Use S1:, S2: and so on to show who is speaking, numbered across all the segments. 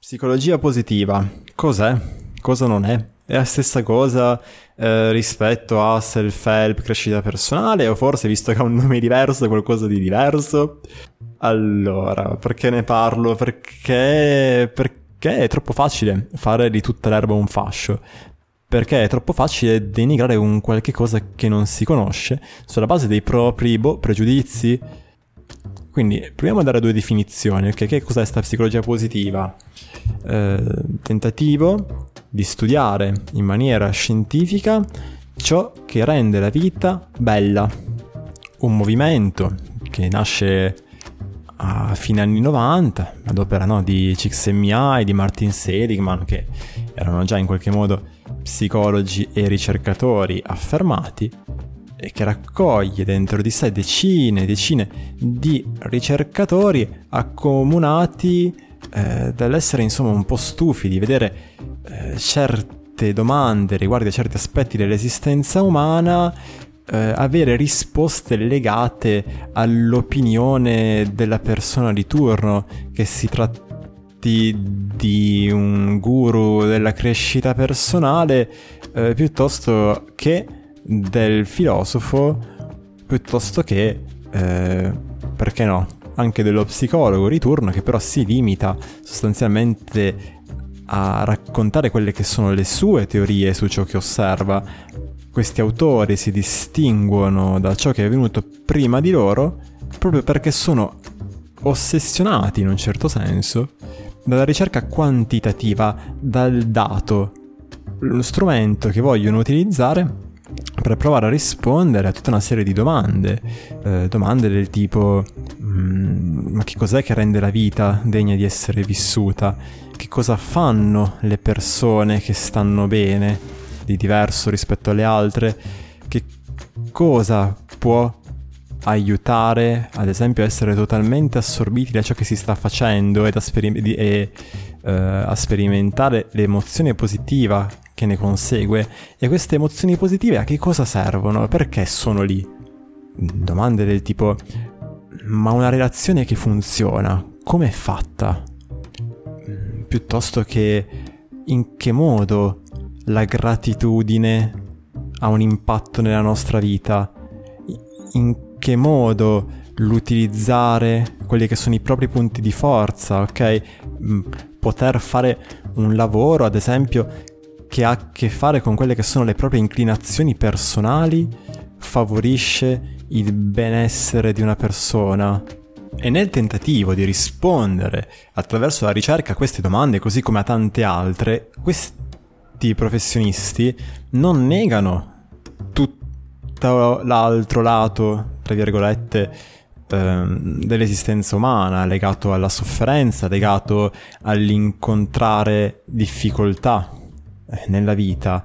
S1: Psicologia positiva, cos'è? Cosa non è? È la stessa cosa rispetto a self-help, crescita personale, o forse, visto che ha un nome diverso, qualcosa di diverso? Allora, perché ne parlo? Perché è troppo facile fare di tutta l'erba un fascio. Perché è troppo facile denigrare un qualche cosa che non si conosce sulla base dei propri pregiudizi. Quindi proviamo a dare due definizioni, ok? Che cos'è sta psicologia positiva? Tentativo di studiare in maniera scientifica ciò che rende la vita bella. Un movimento che nasce a fine anni 90 ad opera di Csikszentmihalyi, di Martin Seligman, che erano già in qualche modo psicologi e ricercatori affermati, e che raccoglie dentro di sé decine e decine di ricercatori accomunati dall'essere insomma un po' stufi di vedere certe domande riguardo a certi aspetti dell'esistenza umana avere risposte legate all'opinione della persona di turno, che si tratti di un guru della crescita personale piuttosto che del filosofo, piuttosto che perché no, anche dello psicologo di turno, che però si limita sostanzialmente a raccontare quelle che sono le sue teorie su ciò che osserva. Questi autori si distinguono da ciò che è venuto prima di loro proprio perché sono ossessionati, in un certo senso, dalla ricerca quantitativa, dal dato, lo strumento che vogliono utilizzare per provare a rispondere a tutta una serie di domande del tipo ma che cos'è che rende la vita degna di essere vissuta? Che cosa fanno le persone che stanno bene di diverso rispetto alle altre? Che cosa può aiutare, ad esempio, a essere totalmente assorbiti da ciò che si sta facendo ed a sperimentare l'emozione positiva che ne consegue? E queste emozioni positive a che cosa servono? Perché sono lì? Domande del tipo: ma una relazione che funziona, come è fatta? Piuttosto che in che modo la gratitudine ha un impatto nella nostra vita? In che modo l'utilizzare quelli che sono i propri punti di forza, ok? Poter fare un lavoro, ad esempio, che ha a che fare con quelle che sono le proprie inclinazioni personali, favorisce il benessere di una persona. E nel tentativo di rispondere attraverso la ricerca a queste domande, così come a tante altre, questi professionisti non negano tutto l'altro lato, tra virgolette, dell'esistenza umana, legato alla sofferenza, legato all'incontrare difficoltà nella vita.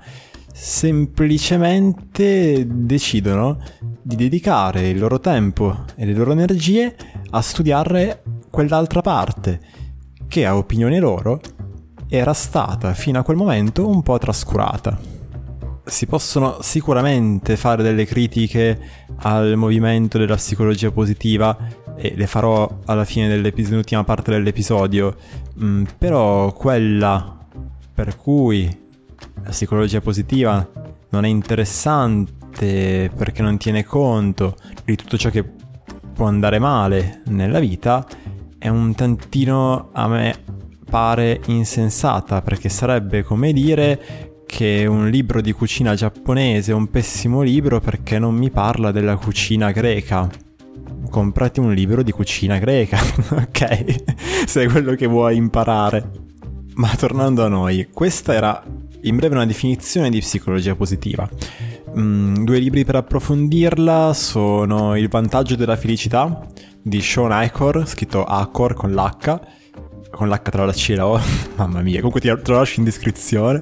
S1: Semplicemente decidono di dedicare il loro tempo e le loro energie a studiare quell'altra parte che, a opinione loro, era stata fino a quel momento un po' trascurata. Si possono sicuramente fare delle critiche al movimento della psicologia positiva, e le farò alla fine dell'ultima parte dell'episodio, però quella per cui la psicologia positiva non è interessante perché non tiene conto di tutto ciò che può andare male nella vita è un tantino, a me pare, insensata, perché sarebbe come dire che un libro di cucina giapponese è un pessimo libro perché non mi parla della cucina greca. Comprati un libro di cucina greca, ok? Se è quello che vuoi imparare. Ma tornando a noi, questa era in breve una definizione di psicologia positiva. Due libri per approfondirla sono Il vantaggio della felicità di Shawn Achor, scritto Achor con l'H tra la C e la O, mamma mia, comunque te lo lascio in descrizione.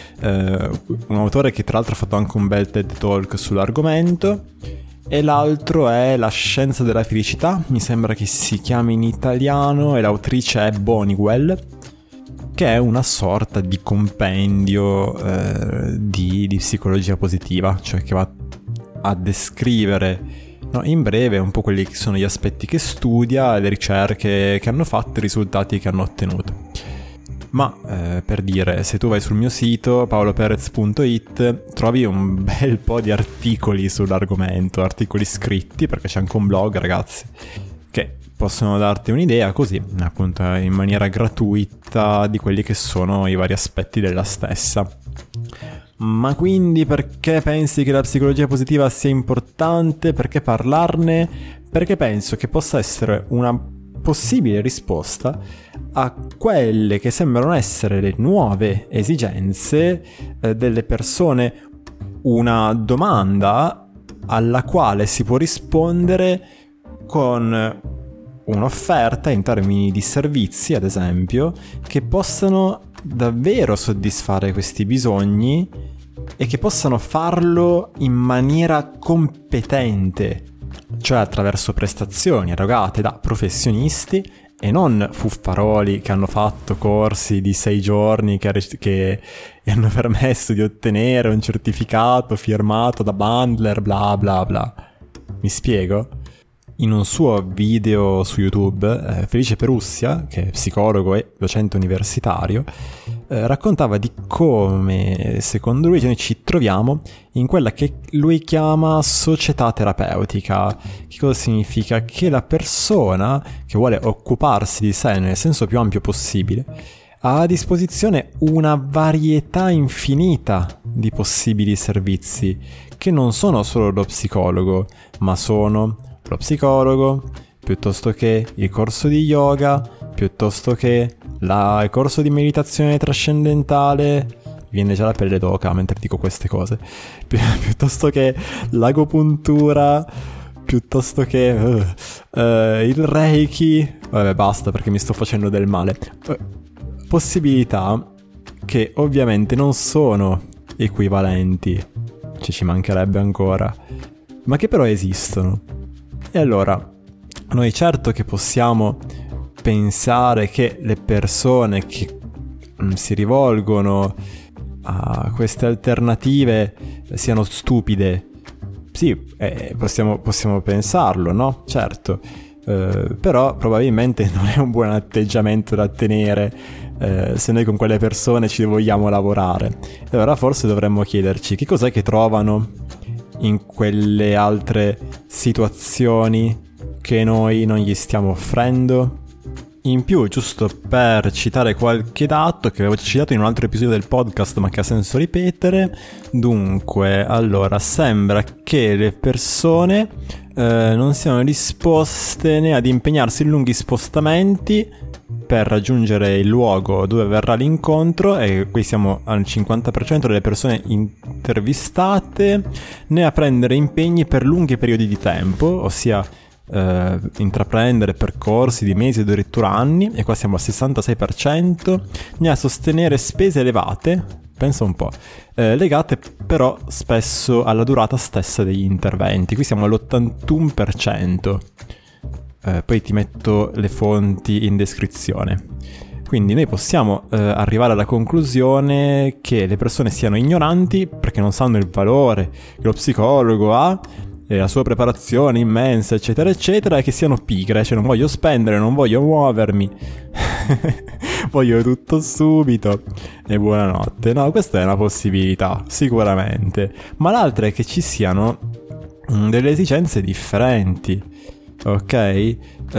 S1: Un autore che tra l'altro ha fatto anche un bel TED Talk sull'argomento. E l'altro è La scienza della felicità, mi sembra che si chiami in italiano, e l'autrice è Bonniwell, che è una sorta di compendio di psicologia positiva, cioè che va a descrivere in breve un po' quelli che sono gli aspetti che studia, le ricerche che hanno fatto, i risultati che hanno ottenuto. Ma per dire, se tu vai sul mio sito paoloperez.it trovi un bel po' di articoli sull'argomento, articoli scritti, perché c'è anche un blog, ragazzi, che possono darti un'idea così, appunto, in maniera gratuita di quelli che sono i vari aspetti della stessa. Ma quindi perché pensi che la psicologia positiva sia importante? Perché parlarne? Perché penso che possa essere una possibile risposta a quelle che sembrano essere le nuove esigenze delle persone, una domanda alla quale si può rispondere con un'offerta in termini di servizi, ad esempio, che possano davvero soddisfare questi bisogni e che possano farlo in maniera competente, cioè attraverso prestazioni erogate da professionisti e non fuffaroli che hanno fatto corsi di 6 giorni che hanno permesso di ottenere un certificato firmato da Bandler, bla bla bla. Mi spiego? In un suo video su YouTube, Felice Perussia, che è psicologo e docente universitario, raccontava di come, secondo lui, noi ci troviamo in quella che lui chiama società terapeutica. Che cosa significa? Che la persona che vuole occuparsi di sé nel senso più ampio possibile ha a disposizione una varietà infinita di possibili servizi, che non sono solo lo psicologo, ma sono lo psicologo, piuttosto che il corso di yoga, piuttosto che il corso di meditazione trascendentale, viene già la pelle d'oca mentre dico queste cose, piuttosto che l'agopuntura, piuttosto che il reiki, vabbè basta perché mi sto facendo del male, possibilità che ovviamente non sono equivalenti, ci mancherebbe ancora, ma che però esistono. E allora, noi certo che possiamo pensare che le persone che si rivolgono a queste alternative siano stupide. Sì, possiamo pensarlo, no? Certo. Però probabilmente non è un buon atteggiamento da tenere se noi con quelle persone ci vogliamo lavorare. E allora forse dovremmo chiederci che cos'è che trovano in quelle altre situazioni che noi non gli stiamo offrendo. In più, giusto per citare qualche dato che avevo citato in un altro episodio del podcast ma che ha senso ripetere, dunque, allora, sembra che le persone non siano disposte né ad impegnarsi in lunghi spostamenti per raggiungere il luogo dove avverrà l'incontro, e qui siamo al 50% delle persone intervistate, né a prendere impegni per lunghi periodi di tempo, ossia intraprendere percorsi di mesi o addirittura anni, e qua siamo al 66%, né a sostenere spese elevate, pensa un po', legate però spesso alla durata stessa degli interventi, qui siamo all'81%. Poi ti metto le fonti in descrizione. Quindi noi possiamo arrivare alla conclusione che le persone siano ignoranti perché non sanno il valore che lo psicologo ha e la sua preparazione immensa, eccetera eccetera, e che siano pigre, cioè non voglio spendere, non voglio muovermi, voglio tutto subito e buonanotte. No, questa è una possibilità, sicuramente, ma l'altra è che ci siano delle esigenze differenti. Ok?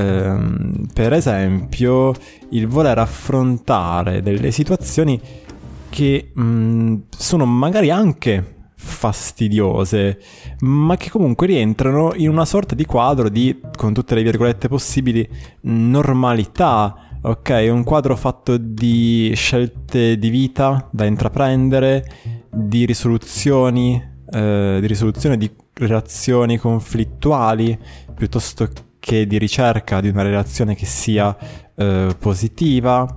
S1: Per esempio il voler affrontare delle situazioni che sono magari anche fastidiose, ma che comunque rientrano in una sorta di quadro di, con tutte le virgolette possibili, normalità. Ok? Un quadro fatto di scelte di vita da intraprendere, di risoluzione di relazioni conflittuali, piuttosto che di ricerca di una relazione che sia positiva,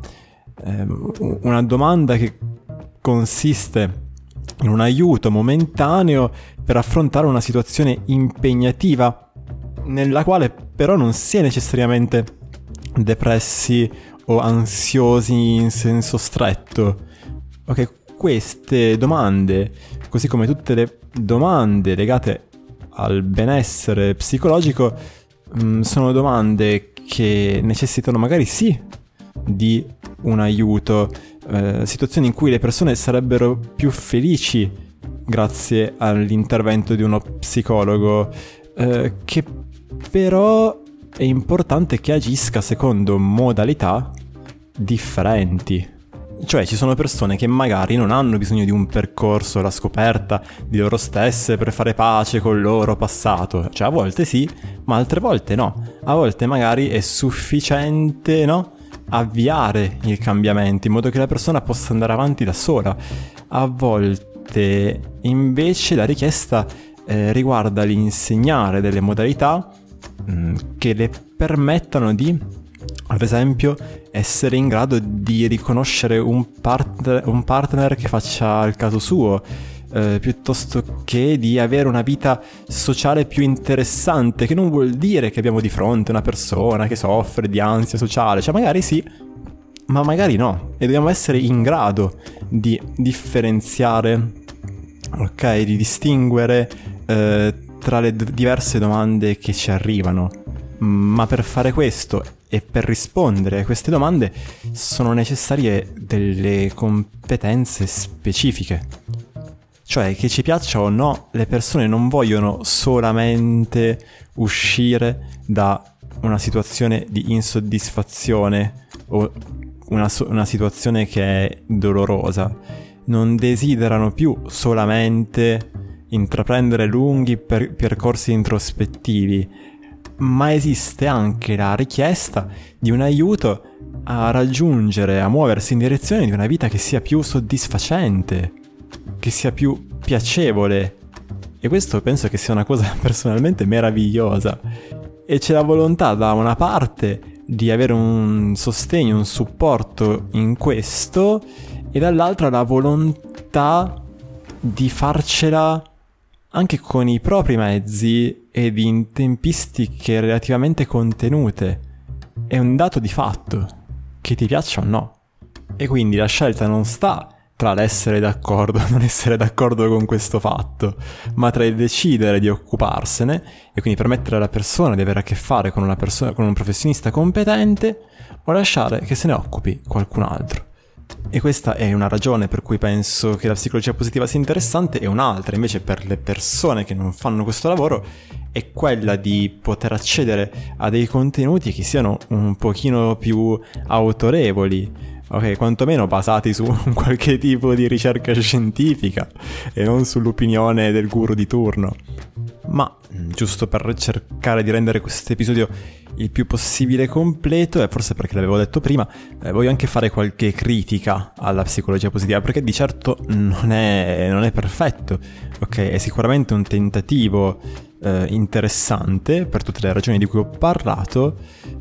S1: una domanda che consiste in un aiuto momentaneo per affrontare una situazione impegnativa nella quale però non si è necessariamente depressi o ansiosi in senso stretto. Ok, queste domande, così come tutte le domande legate al benessere psicologico, sono domande che necessitano magari sì di un aiuto, situazioni in cui le persone sarebbero più felici grazie all'intervento di uno psicologo, che però è importante che agisca secondo modalità differenti. Cioè ci sono persone che magari non hanno bisogno di un percorso alla scoperta di loro stesse per fare pace col loro passato. Cioè a volte sì, ma altre volte no. A volte magari è sufficiente, no? Avviare il cambiamento in modo che la persona possa andare avanti da sola. A volte invece la richiesta riguarda l'insegnare delle modalità che le permettano di, ad esempio, essere in grado di riconoscere un partner che faccia il caso suo, piuttosto che di avere una vita sociale più interessante, che non vuol dire che abbiamo di fronte una persona che soffre di ansia sociale, cioè magari sì, ma magari no, e dobbiamo essere in grado di differenziare, ok, di distinguere tra le diverse domande che ci arrivano. Ma per fare questo e per rispondere a queste domande sono necessarie delle competenze specifiche. Cioè, che ci piaccia o no, le persone non vogliono solamente uscire da una situazione di insoddisfazione o una situazione che è dolorosa. Non desiderano più solamente intraprendere lunghi percorsi introspettivi, ma esiste anche la richiesta di un aiuto a raggiungere, a muoversi in direzione di una vita che sia più soddisfacente, che sia più piacevole. E questo penso che sia una cosa personalmente meravigliosa. E c'è la volontà da una parte di avere un sostegno, un supporto in questo, e dall'altra la volontà di farcela anche con i propri mezzi ed in tempistiche relativamente contenute. È un dato di fatto, che ti piaccia o no. E quindi la scelta non sta tra l'essere d'accordo e non essere d'accordo con questo fatto, ma tra il decidere di occuparsene e quindi permettere alla persona di avere a che fare con una persona, con un professionista competente, o lasciare che se ne occupi qualcun altro. E questa è una ragione per cui penso che la psicologia positiva sia interessante, e un'altra invece per le persone che non fanno questo lavoro è quella di poter accedere a dei contenuti che siano un pochino più autorevoli, ok, quantomeno basati su un qualche tipo di ricerca scientifica e non sull'opinione del guru di turno. Ma giusto per cercare di rendere questo episodio il più possibile completo, e forse perché l'avevo detto prima, voglio anche fare qualche critica alla psicologia positiva, perché di certo non è perfetto, ok? È sicuramente un tentativo interessante per tutte le ragioni di cui ho parlato,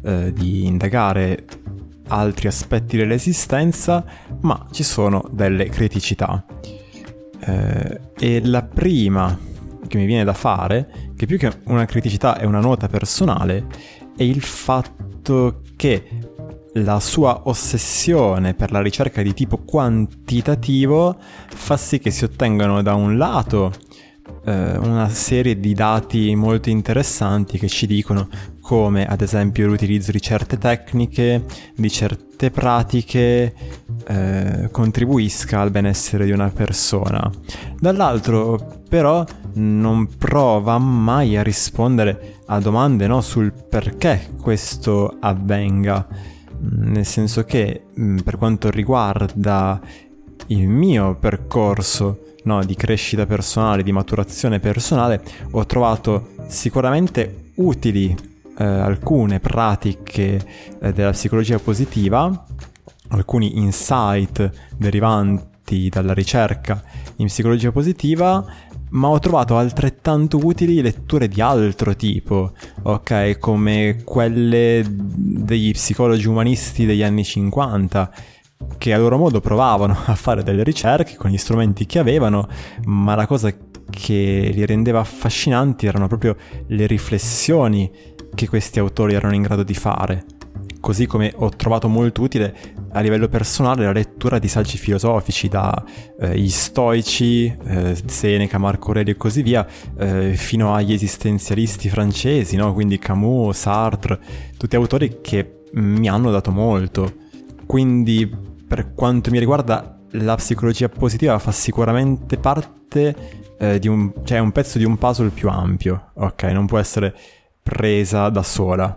S1: di indagare altri aspetti dell'esistenza, ma ci sono delle criticità. E la prima che mi viene da fare, che più che una criticità è una nota personale, è il fatto che la sua ossessione per la ricerca di tipo quantitativo fa sì che si ottengano da un lato una serie di dati molto interessanti che ci dicono come ad esempio l'utilizzo di certe tecniche, di certe pratiche contribuisca al benessere di una persona. Dall'altro però non prova mai a rispondere a domande, no, sul perché questo avvenga, nel senso che per quanto riguarda il mio percorso, no, di crescita personale, di maturazione personale, ho trovato sicuramente utili alcune pratiche della psicologia positiva, alcuni insight derivanti dalla ricerca in psicologia positiva, ma ho trovato altrettanto utili letture di altro tipo, ok, come quelle degli psicologi umanisti degli anni 50, che a loro modo provavano a fare delle ricerche con gli strumenti che avevano, ma la cosa che li rendeva affascinanti erano proprio le riflessioni che questi autori erano in grado di fare. Così come ho trovato molto utile a livello personale la lettura di saggi filosofici da gli stoici, Seneca, Marco Aurelio e così via, fino agli esistenzialisti francesi, no? Quindi Camus, Sartre, tutti autori che mi hanno dato molto. quindi per quanto mi riguarda la psicologia positiva fa sicuramente parte cioè è un pezzo di un puzzle più ampio, ok? Non può essere presa da sola.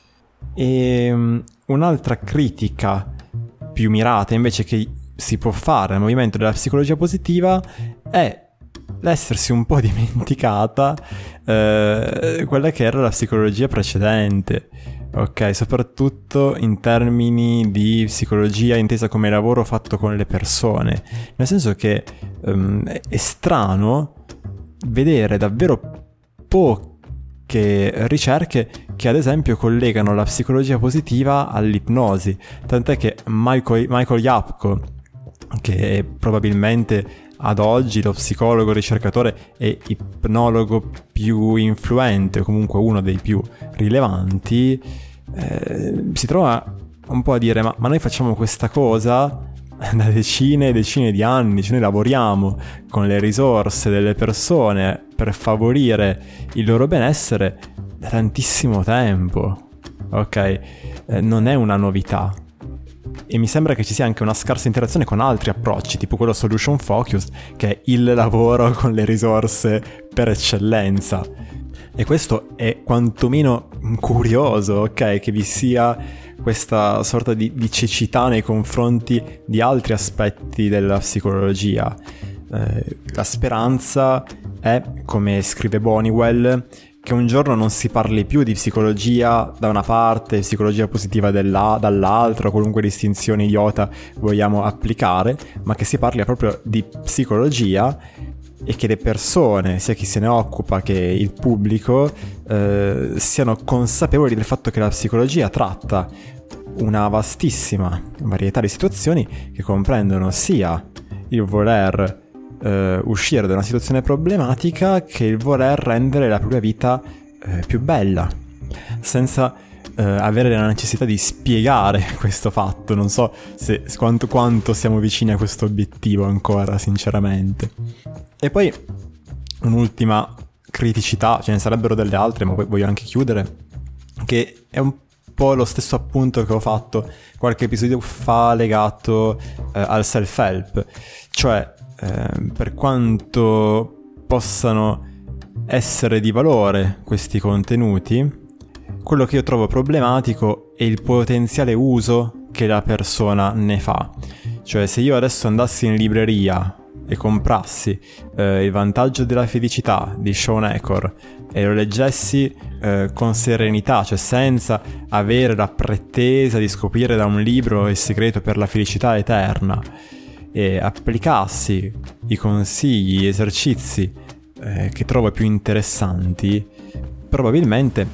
S1: E un'altra critica più mirata invece che si può fare al movimento della psicologia positiva è l'essersi un po' dimenticata quella che era la psicologia precedente, ok? Soprattutto in termini di psicologia intesa come lavoro fatto con le persone, nel senso che è strano vedere davvero poche ricerche che ad esempio collegano la psicologia positiva all'ipnosi, tant'è che Michael Yapko, che è probabilmente ad oggi lo psicologo ricercatore e ipnologo più influente, o comunque uno dei più rilevanti, si trova un po' a dire ma noi facciamo questa cosa da decine e decine di anni, cioè noi lavoriamo con le risorse delle persone per favorire il loro benessere da tantissimo tempo, ok? Non è una novità. E mi sembra che ci sia anche una scarsa interazione con altri approcci, tipo quello solution focused, che è il lavoro con le risorse per eccellenza. E questo è quantomeno curioso, ok? Che vi sia questa sorta di cecità nei confronti di altri aspetti della psicologia. La speranza è, come scrive Bonniwell, che un giorno non si parli più di psicologia da una parte, psicologia positiva dall'altra, qualunque distinzione idiota vogliamo applicare, ma che si parli proprio di psicologia e che le persone, sia chi se ne occupa che il pubblico, siano consapevoli del fatto che la psicologia tratta una vastissima varietà di situazioni che comprendono sia il voler uscire da una situazione problematica che il voler rendere la propria vita più bella, senza avere la necessità di spiegare questo fatto. Non so quanto siamo vicini a questo obiettivo ancora, sinceramente. E poi un'ultima criticità, ce ne sarebbero delle altre, ma poi voglio anche chiudere, che è un po' lo stesso appunto che ho fatto qualche episodio fa legato al self-help, cioè per quanto possano essere di valore questi contenuti, quello che io trovo problematico è il potenziale uso che la persona ne fa. Cioè, se io adesso andassi in libreria e comprassi Il vantaggio della felicità di Shawn Achor e lo leggessi con serenità, cioè senza avere la pretesa di scoprire da un libro il segreto per la felicità eterna, e applicassi i consigli, gli esercizi che trovo più interessanti, probabilmente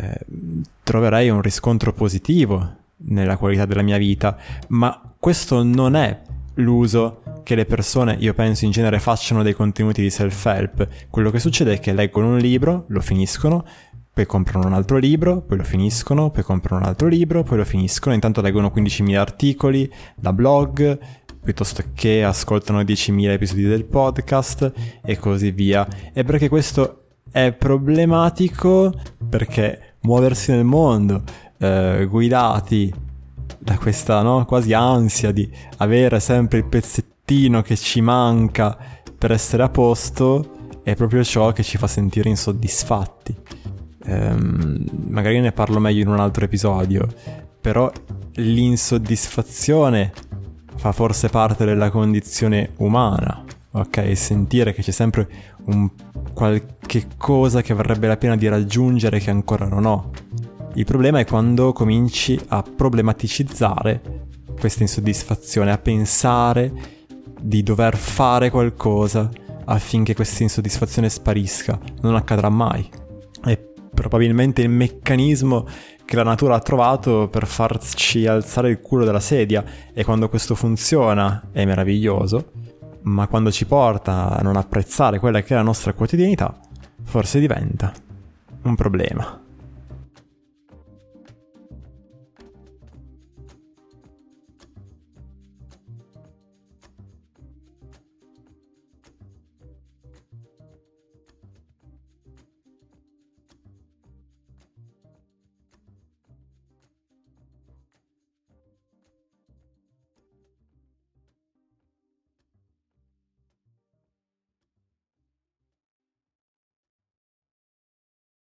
S1: troverei un riscontro positivo nella qualità della mia vita. Ma questo non è l'uso che le persone, io penso, in genere facciano dei contenuti di self-help. Quello che succede è che leggono un libro, lo finiscono, poi comprano un altro libro, poi lo finiscono, poi comprano un altro libro, poi lo finiscono, intanto leggono 15.000 articoli da blog, piuttosto che ascoltano 10.000 episodi del podcast e così via. E perché questo è problematico? Perché muoversi nel mondo guidati da questa quasi ansia di avere sempre il pezzettino che ci manca per essere a posto è proprio ciò che ci fa sentire insoddisfatti. Magari ne parlo meglio in un altro episodio, però l'insoddisfazione fa forse parte della condizione umana, ok? Sentire che c'è sempre un qualche cosa che varrebbe la pena di raggiungere che ancora non ho. Il problema è quando cominci a problematicizzare questa insoddisfazione, a pensare di dover fare qualcosa affinché questa insoddisfazione sparisca. Non accadrà mai. È probabilmente il meccanismo che la natura ha trovato per farci alzare il culo dalla sedia, e quando questo funziona è meraviglioso, ma quando ci porta a non apprezzare quella che è la nostra quotidianità, forse diventa un problema.